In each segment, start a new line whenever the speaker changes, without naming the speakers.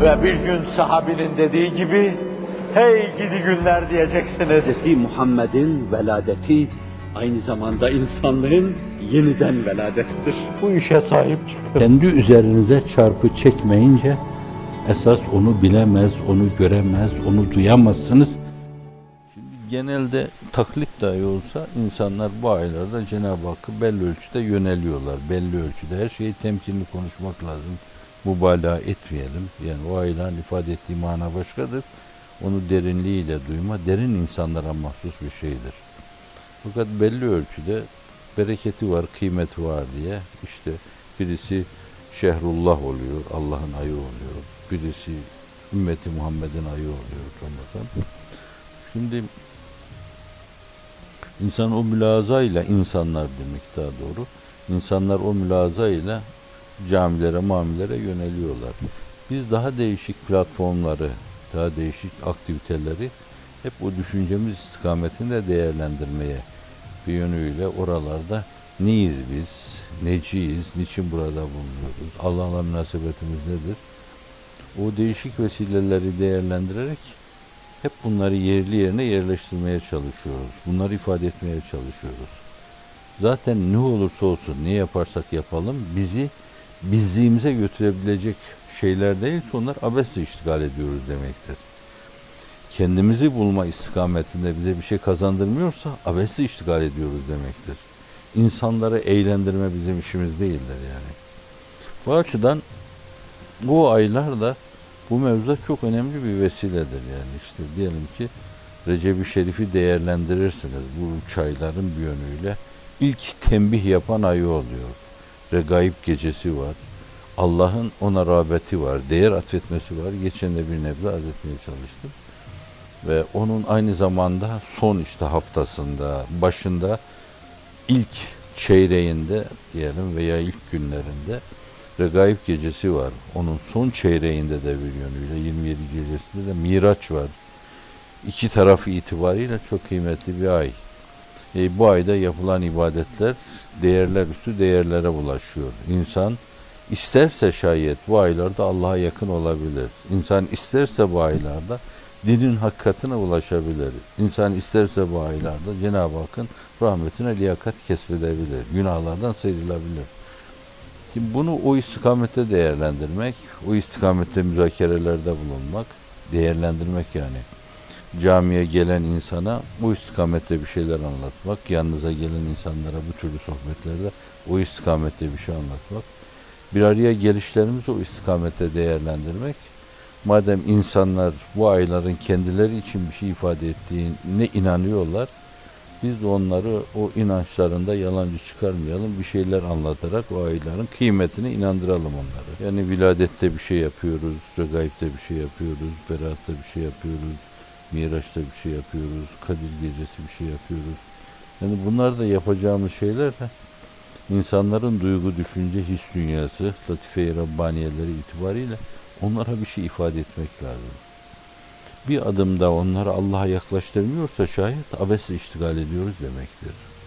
Ve bir gün sahabinin dediği gibi, hey gidi günler diyeceksiniz.
Hz. Muhammed'in veladeti aynı zamanda insanlığın yeniden veladettir.
Bu işe sahip çıkın.
Kendi üzerinize çarpı çekmeyince, esas onu bilemez, onu göremez, onu duyamazsınız.
Şimdi genelde taklit dahi olsa insanlar bu aylarda Cenab-ı Hakk'ı belli ölçüde yöneliyorlar. Belli ölçüde her şeyi temkinli konuşmak lazım. Mübalağa etmeyelim. Yani o ayların ifade ettiği mana başkadır. Onu derinliğiyle duyma, derin insanlara mahsus bir şeydir. Fakat belli ölçüde bereketi var, kıymeti var diye işte birisi Şehrullah oluyor, Allah'ın ayı oluyor. Birisi Ümmeti Muhammed'in ayı oluyor. Şimdi insan o mülazayla, insanlar demek daha doğru, insanlar o mülazayla camilere, mamilere yöneliyorlar. Biz daha değişik platformları, daha değişik aktiviteleri hep o düşüncemiz istikametinde değerlendirmeye bir yönüyle oralarda neyiz biz, neciyiz, niçin burada bulunuyoruz, Allah'la münasebetimiz nedir? O değişik vesileleri değerlendirerek hep bunları yerli yerine yerleştirmeye çalışıyoruz. Bunları ifade etmeye çalışıyoruz. Zaten ne olursa olsun, ne yaparsak yapalım bizi bizliğimize götürebilecek şeyler değilse onlar abesle iştigal ediyoruz demektir. Kendimizi bulma istikametinde bize bir şey kazandırmıyorsa abesle iştigal ediyoruz demektir. İnsanları eğlendirme bizim işimiz değildir yani. Bu açıdan bu aylarda bu mevzuda çok önemli bir vesiledir yani. İşte diyelim ki Recep-i Şerif'i değerlendirirsiniz. Bu 3 ayların bir yönüyle ilk tembih yapan ayı oluyor. Regaib gecesi var. Allah'ın ona rağbeti var, değer atfetmesi var. Geçen de bir nebze arz etmeye çalıştım. Ve onun aynı zamanda son işte haftasında, başında, ilk çeyreğinde diyelim veya ilk günlerinde Regaib gecesi var. Onun son çeyreğinde de bir yönüyle 27 gecesinde de Miraç var. İki tarafı itibariyle çok kıymetli bir ay. Bu ayda yapılan ibadetler değerler üstü değerlere bulaşıyor. İnsan isterse şayet bu aylarda Allah'a yakın olabilir. İnsan isterse bu aylarda dinin hakikatine ulaşabilir. İnsan isterse bu aylarda Cenab-ı Hakk'ın rahmetine liyakat kesbedebilir. Günahlardan sıyrılabilir. Şimdi bunu o istikamette değerlendirmek, o istikamette müzakerelerde bulunmak, değerlendirmek yani. Camiye gelen insana bu istikamette bir şeyler anlatmak, yanınıza gelen insanlara bu türlü sohbetlerde o istikamette bir şey anlatmak, bir araya gelişlerimizi o istikamette değerlendirmek. Madem insanlar bu ayların kendileri için bir şey ifade ettiğine inanıyorlar, biz de onları o inançlarında yalancı çıkarmayalım, bir şeyler anlatarak o ayların kıymetine inandıralım onları. Yani viladette bir şey yapıyoruz, regaibde bir şey yapıyoruz, beratta bir şey yapıyoruz, Miraç'ta bir şey yapıyoruz, Kadir Gecesi bir şey yapıyoruz. Yani bunlar da yapacağımız şeyler de insanların duygu, düşünce, his dünyası, latife-i Rabbaniyeleri itibariyle onlara bir şey ifade etmek lazım. Bir adım da onları Allah'a yaklaştırmıyorsa şayet abesle iştigal ediyoruz demektir.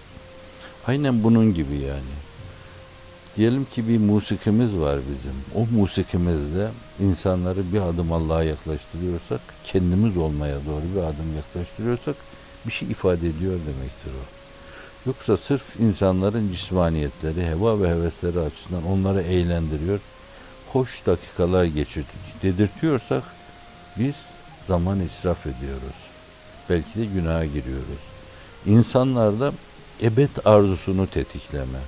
Aynen bunun gibi yani. Diyelim ki bir musikimiz var bizim. O musikimizle insanları bir adım Allah'a yaklaştırıyorsak, kendimiz olmaya doğru bir adım yaklaştırıyorsak bir şey ifade ediyor demektir o. Yoksa sırf insanların cismaniyetleri, heva ve hevesleri açısından onları eğlendiriyor, hoş dakikalar geçirdik dedirtiyorsak biz zaman israf ediyoruz. Belki de günaha giriyoruz. İnsanlarda ebed arzusunu tetikleme,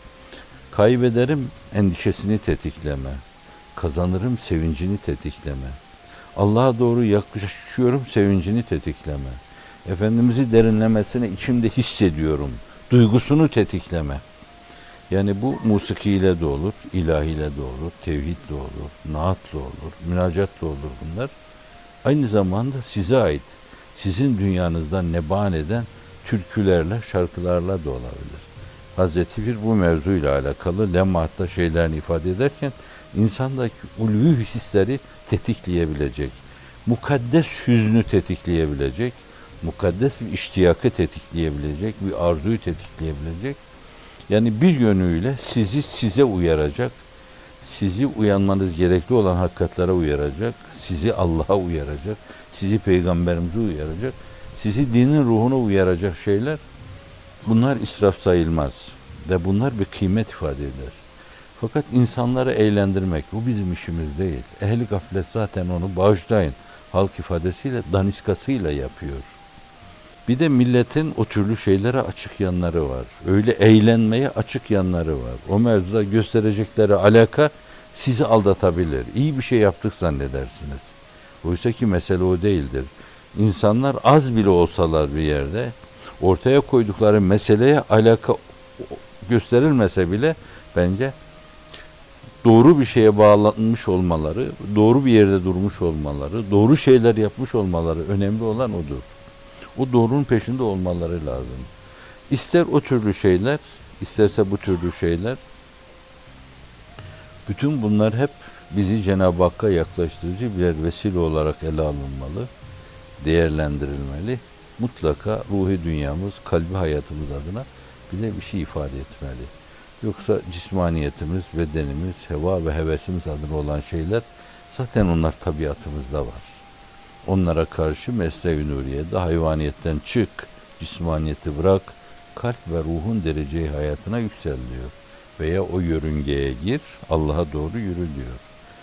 kaybederim endişesini tetikleme, kazanırım sevincini tetikleme, Allah'a doğru yaklaşıyorum sevincini tetikleme, Efendimiz'i derinlemesine içimde hissediyorum duygusunu tetikleme. Yani bu musikiyle de olur, ilahiyle de olur, tevhidle olur, naatla olur, münacatla olur bunlar. Aynı zamanda size ait, sizin dünyanızdan neban eden türkülerle, şarkılarla da olabilir. Hazreti Pir bu mevzuyla alakalı lemmatta şeylerini ifade ederken insandaki ulvi hisleri tetikleyebilecek, mukaddes hüznü tetikleyebilecek, mukaddes bir iştiyakı tetikleyebilecek, bir arzuyu tetikleyebilecek, yani bir yönüyle sizi size uyaracak, sizi uyanmanız gerekli olan hakikatlere uyaracak, sizi Allah'a uyaracak, sizi Peygamberimize uyaracak, sizi dinin ruhuna uyaracak şeyler, bunlar israf sayılmaz ve bunlar bir kıymet ifade eder. Fakat insanları eğlendirmek, bu bizim işimiz değil. Ehli gaflet zaten onu bağışlayın, halk ifadesiyle, daniskasıyla yapıyor. Bir de milletin o türlü şeylere açık yanları var. Öyle eğlenmeye açık yanları var. O mevzuda gösterecekleri alaka sizi aldatabilir. İyi bir şey yaptık zannedersiniz. Oysa ki mesele o değildir. İnsanlar az bile olsalar bir yerde ortaya koydukları meseleye alaka gösterilmese bile bence doğru bir şeye bağlanmış olmaları, doğru bir yerde durmuş olmaları, doğru şeyler yapmış olmaları önemli olan odur. O doğrunun peşinde olmaları lazım. İster o türlü şeyler, isterse bu türlü şeyler, bütün bunlar hep bizi Cenab-ı Hakk'a yaklaştırıcı birer vesile olarak ele alınmalı, değerlendirilmeli. Mutlaka ruhi dünyamız, kalbi hayatımız adına bize bir şey ifade etmeli. Yoksa cismaniyetimiz, bedenimiz, heva ve hevesimiz adına olan şeyler zaten onlar tabiatımızda var. Onlara karşı mesle-i nuriyede hayvaniyetten çık, cismaniyeti bırak, kalp ve ruhun dereceyi hayatına yüksel diyor. Veya o yörüngeye gir, Allah'a doğru yürü diyor.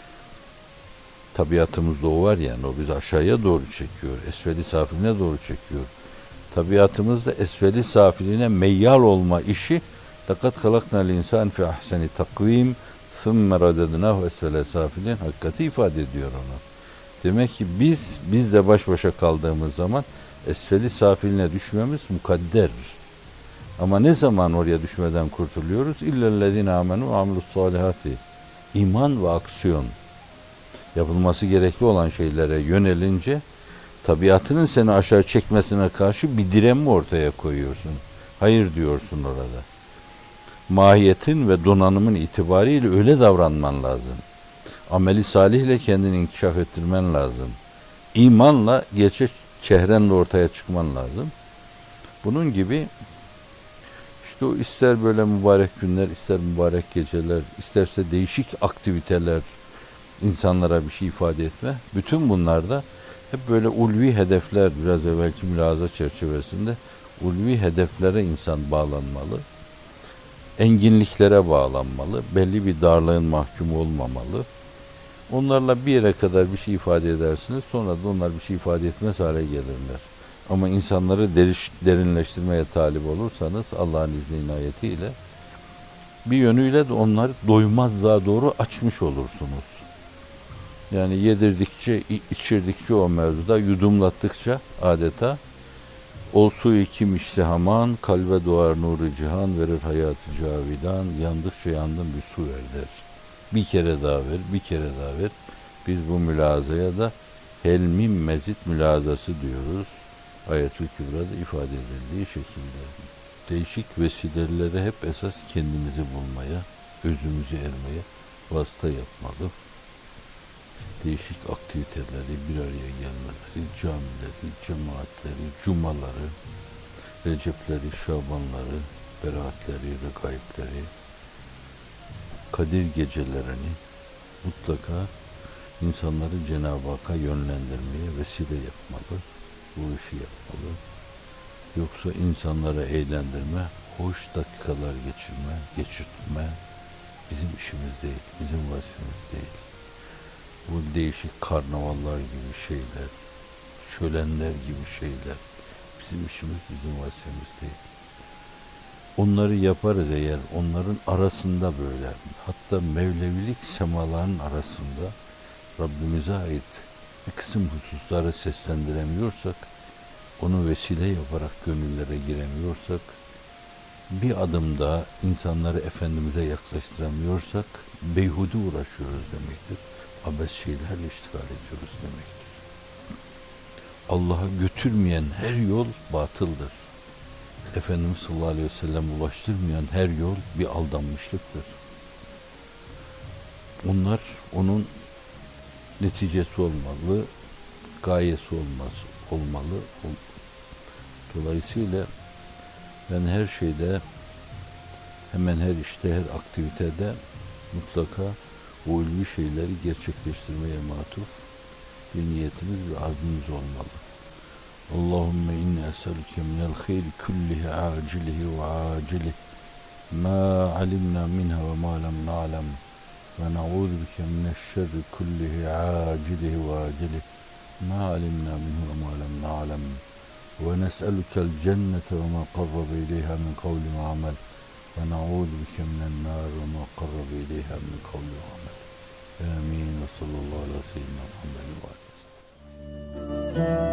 Tabiatımızda o var yani, o bizi aşağıya doğru çekiyor, esfeli safiline doğru çekiyor. Tabiatımızda esfeli safiline meyyal olma işi, لَقَدْ خَلَقْنَا الْاِنْسَانِ فِي اَحْسَنِ تَقْوِيمٍ ثُمَّ رَدَدْنَاهُ esfele safilin hakikati ifade ediyor onu. Demek ki biz de baş başa kaldığımız zaman esfeli safiline düşmemiz mukadder. Ama ne zaman oraya düşmeden kurtuluyoruz? İllellezine amenu amilus salihati. İman ve aksiyon. Yapılması gerekli olan şeylere yönelince tabiatının seni aşağı çekmesine karşı bir direnme ortaya koyuyorsun. Hayır diyorsun orada. Mahiyetin ve donanımın itibariyle öyle davranman lazım. Ameli salihle kendini inkişaf ettirmen lazım. İmanla, gerçek çehrenle ortaya çıkman lazım. Bunun gibi işte o ister böyle mübarek günler, ister mübarek geceler, isterse değişik aktiviteler, insanlara bir şey ifade etme. Bütün bunlarda hep böyle ulvi hedefler, biraz evvelki mülahaza çerçevesinde ulvi hedeflere insan bağlanmalı. Enginliklere bağlanmalı. Belli bir darlığın mahkumu olmamalı. Onlarla bir yere kadar bir şey ifade edersiniz. Sonra da onlar bir şey ifade etmez hale gelirler. Ama insanları derinleştirmeye talip olursanız Allah'ın izni inayetiyle bir yönüyle de onları doymazlığa doğru açmış olursunuz. Yani yedirdikçe, içirdikçe o mevzuda, yudumlattıkça adeta olsu kim iştihaman, kalbe doğar nuru cihan, verir hayatı cavidan, yandıkça yandım bir su ver der. Bir kere daha ver, bir kere daha ver. Biz bu mülazaya da helmim mezit mülazası diyoruz. Ayet-ül Kübra'da ifade edildiği şekilde. Değişik vesileleri hep esas kendimizi bulmaya, özümüzü ermeye vasıta yapmalı. Değişik aktiviteleri, bir araya gelmeleri, camileri, cemaatleri, cumaları, recepleri, şabanları, beraatleri, regaibleri, Kadir gecelerini mutlaka insanları Cenab-ı Hakk'a yönlendirmeye vesile yapmalı, bu işi yapmalı. Yoksa insanlara eğlendirme, hoş dakikalar geçirtme bizim işimiz değil, bizim vazifemiz değil. Bu değişik karnavallar gibi şeyler, şölenler gibi şeyler bizim işimiz, bizim vazifemiz değil. Onları yaparız eğer onların arasında böyle, hatta Mevlevilik semalarının arasında Rabbimize ait bir kısım hususları seslendiremiyorsak, onu vesile yaparak gönüllere giremiyorsak, bir adım daha insanları Efendimiz'e yaklaştıramıyorsak beyhude uğraşıyoruz demektir. Abes şeylerle iştigal ediyoruz demektir. Allah'a götürmeyen her yol batıldır. Efendimiz sallallahu aleyhi ve sellem ulaştırmayan her yol bir aldanmışlıktır. Onlar onun neticesi olmalı, gayesi olmalı. Dolayısıyla ben her şeyde, hemen her işte, her aktivitede mutlaka o ulvi şeyleri gerçekleştirmeye matuf bir niyetimiz ve azmimiz olmalı. Allahümme inni eselüke minel hayri kullihi acilihi ve acilihi ma alimna minha ve ma lem na'lem ve na'udhu bike mineşşerri kullihi acilihi ve acilihi ma alimna minhu ve ma lem na'lem ve nes'elukel cennete ve ma qarrabe ileyha min kavli ve amel ve na'udhu bike minen nar ve ma qarrabe ileyha min kavli ve amel. Amin ve sallallahu aleyhi ve sellem.